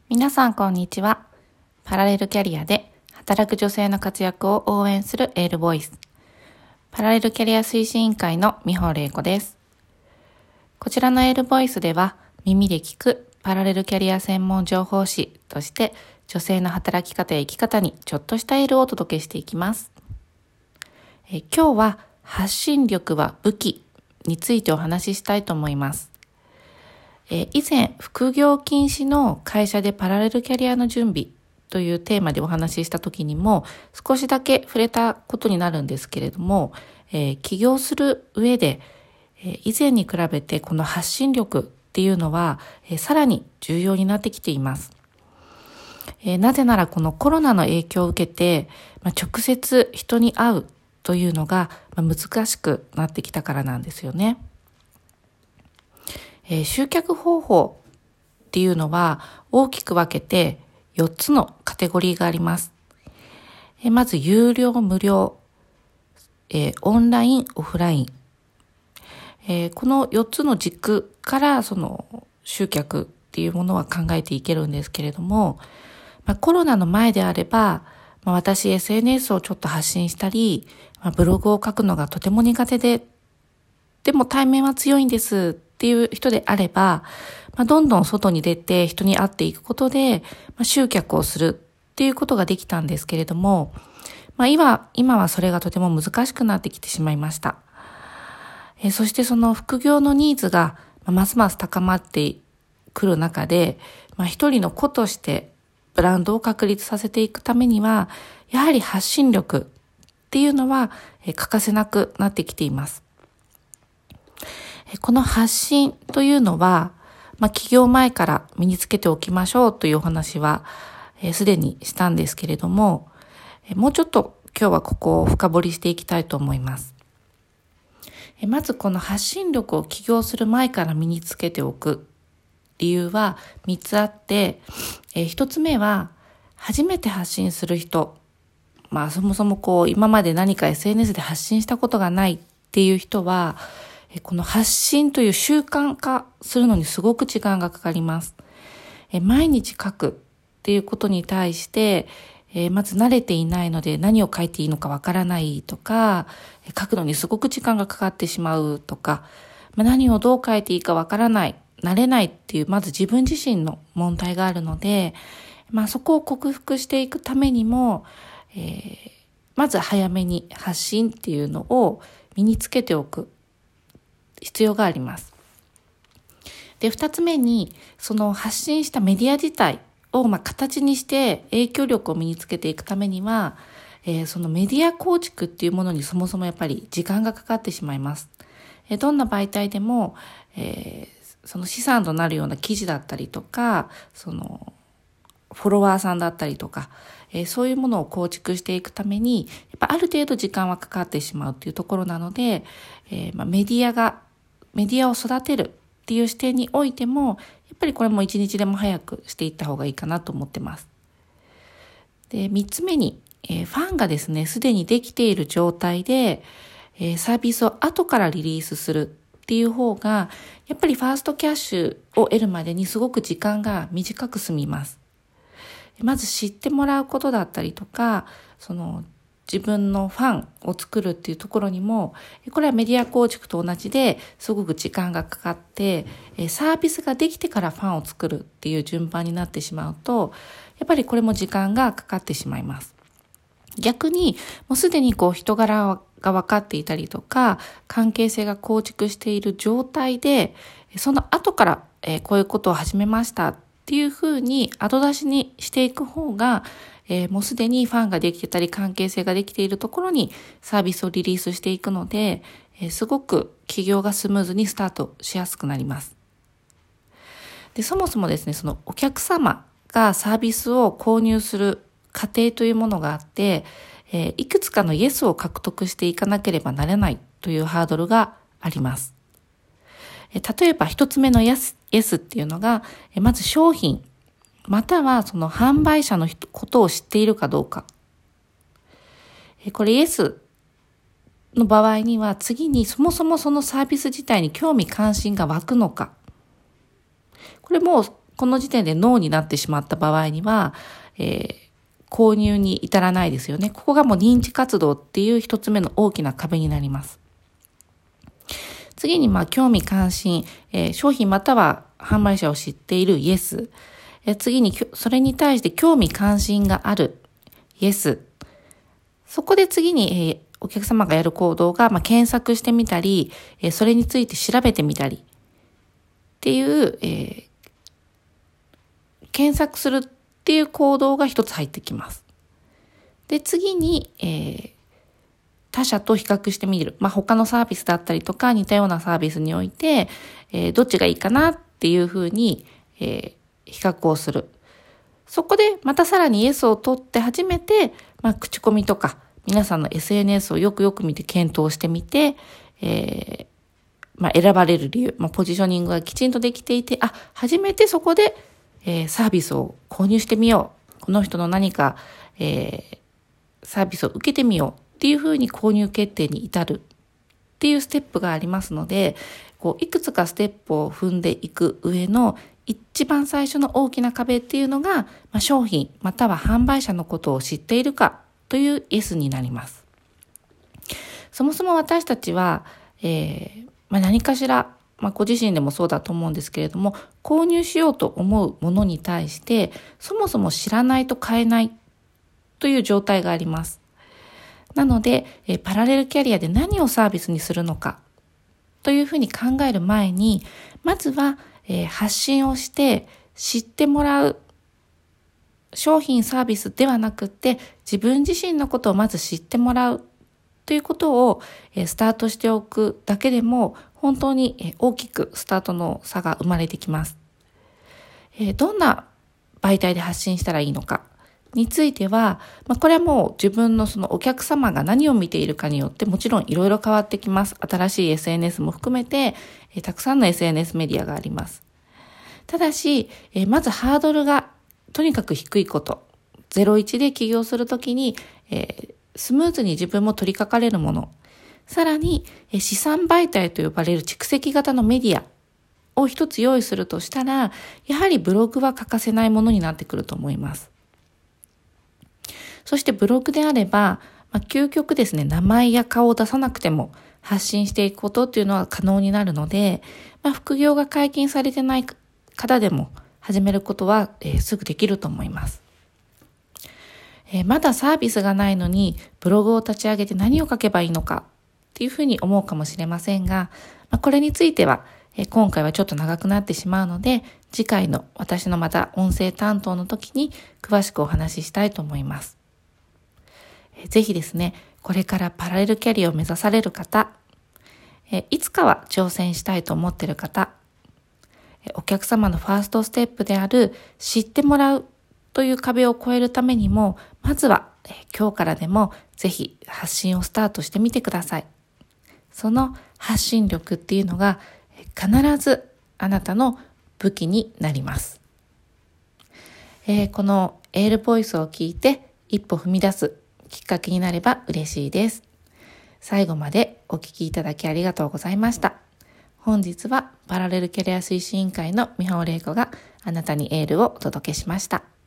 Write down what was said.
皆さんこんにちは。パラレルキャリアで働く女性の活躍を応援するエールボイス。パラレルキャリア推進委員会の美穂玲子です。こちらのエールボイスでは耳で聞くパラレルキャリア専門情報誌として女性の働き方や生き方にちょっとしたエールをお届けしていきます。今日は発信力は武器についてお話ししたいと思います。以前、副業禁止の会社でパラレルキャリアの準備というテーマでお話しした時にも少しだけ触れたことになるんですけれども、起業する上で、以前に比べてこの発信力っていうのは、さらに重要になってきています。なぜならこのコロナの影響を受けて、直接人に会うというのが難しくなってきたからなんですよね。集客方法っていうのは大きく分けて4つのカテゴリーがあります。まず有料無料、オンラインオフライン、この4つの軸からその集客っていうものは考えていけるんですけれども、コロナの前であれば、私 SNS をちょっと発信したり、ブログを書くのがとても苦手でも対面は強いんですっていう人であれば、どんどん外に出て人に会っていくことで、集客をするっていうことができたんですけれども、今はそれがとても難しくなってきてしまいました。そしてその副業のニーズがますます高まってくる中で、一人の個としてブランドを確立させていくためには、やはり発信力っていうのは欠かせなくなってきています。この発信というのは、起業前から身につけておきましょうというお話はすでにしたんですけれども、もうちょっと今日はここを深掘りしていきたいと思います。まずこの発信力を起業する前から身につけておく理由は3つあって、1つ目は初めて発信する人、そもそも今まで何か SNS で発信したことがないっていう人は、この発信という習慣化するのにすごく時間がかかります。毎日書くっていうことに対して、まず慣れていないので何を書いていいのかわからないとか、書くのにすごく時間がかかってしまうとか、何をどう書いていいかわからない、慣れないっていうまず自分自身の問題があるので、そこを克服していくためにも、まず早めに発信っていうのを身につけておく必要があります。で、2つ目に、その発信したメディア自体を形にして影響力を身につけていくためには、そのメディア構築っていうものにそもそもやっぱり時間がかかってしまいます。どんな媒体でも、その資産となるような記事だったりとか、そのフォロワーさんだったりとか、そういうものを構築していくために、やっぱある程度時間はかかってしまうっていうところなので、メディアを育てるっていう視点においても、やっぱりこれも一日でも早くしていった方がいいかなと思ってます。で、3つ目に、ファンがですね、すでにできている状態で、サービスを後からリリースするっていう方が、やっぱりファーストキャッシュを得るまでにすごく時間が短く済みます。まず知ってもらうことだったりとか、その自分のファンを作るっていうところにも、これはメディア構築と同じですごく時間がかかって、サービスができてからファンを作るっていう順番になってしまうと、やっぱりこれも時間がかかってしまいます。逆に、もうすでに人柄が分かっていたりとか、関係性が構築している状態で、その後から、こういうことを始めましたっていうふうに後出しにしていく方が、もうすでにファンができてたり関係性ができているところにサービスをリリースしていくので、すごく起業がスムーズにスタートしやすくなります。で、そもそもですね、そのお客様がサービスを購入する過程というものがあって、いくつかのイエスを獲得していかなければならないというハードルがあります。例えば一つ目のイエスっていうのが、まず商品、またはその販売者のことを知っているかどうか。これイエスの場合には次にそもそもそのサービス自体に興味関心が湧くのか。これもこの時点でノーになってしまった場合には、購入に至らないですよね。ここがもう認知活動っていう一つ目の大きな壁になります。次に興味関心、商品または販売者を知っているイエス。次にそれに対して興味関心があるイエス。そこで次に、お客様がやる行動が、検索してみたり、それについて調べてみたりっていう、検索するっていう行動が一つ入ってきます。で、次に、他社と比較してみる。他のサービスだったりとか似たようなサービスにおいて、どっちがいいかなっていうふうに、比較をする。そこでまたさらにイエスを取って初めて、口コミとか皆さんの SNS をよくよく見て検討してみて、選ばれる理由、ポジショニングがきちんとできていて、初めてそこで、サービスを購入してみよう。この人の何か、サービスを受けてみようっていうふうに購入決定に至るっていうステップがありますので、いくつかステップを踏んでいく上の一番最初の大きな壁っていうのが、商品または販売者のことを知っているかという S になります。そもそも私たちは、何かしら、ご自身でもそうだと思うんですけれども、購入しようと思うものに対してそもそも知らないと買えないという状態があります。なので、パラレルキャリアで何をサービスにするのかというふうに考える前に、まずは、発信をして知ってもらう商品サービスではなくて、自分自身のことをまず知ってもらうということをスタートしておくだけでも本当に大きくスタートの差が生まれてきます。どんな媒体で発信したらいいのかについては、これはもう自分のそのお客様が何を見ているかによってもちろんいろいろ変わってきます。新しい SNS も含めて、たくさんの SNS メディアがあります。ただし、まずハードルがとにかく低いこと。01で起業するときに、スムーズに自分も取り掛かれるもの。さらに、資産媒体と呼ばれる蓄積型のメディアを一つ用意するとしたら、やはりブログは欠かせないものになってくると思います。そしてブログであれば、究極ですね、名前や顔を出さなくても発信していくことっていうのは可能になるので、副業が解禁されてない方でも始めることは、すぐできると思います。まだサービスがないのにブログを立ち上げて何を書けばいいのかっていうふうに思うかもしれませんが、これについては、今回はちょっと長くなってしまうので、次回の私のまた音声担当の時に詳しくお話ししたいと思います。ぜひですね、これからパラレルキャリアを目指される方、いつかは挑戦したいと思っている方、お客様のファーストステップである知ってもらうという壁を越えるためにも、まずは今日からでもぜひ発信をスタートしてみてください。その発信力っていうのが必ずあなたの武器になります。このエールボイスを聞いて一歩踏み出すきっかけになれば嬉しいです。最後までお聞きいただきありがとうございました。本日はパラレルキャリア推進委員会の美穂玲子があなたにエールをお届けしました。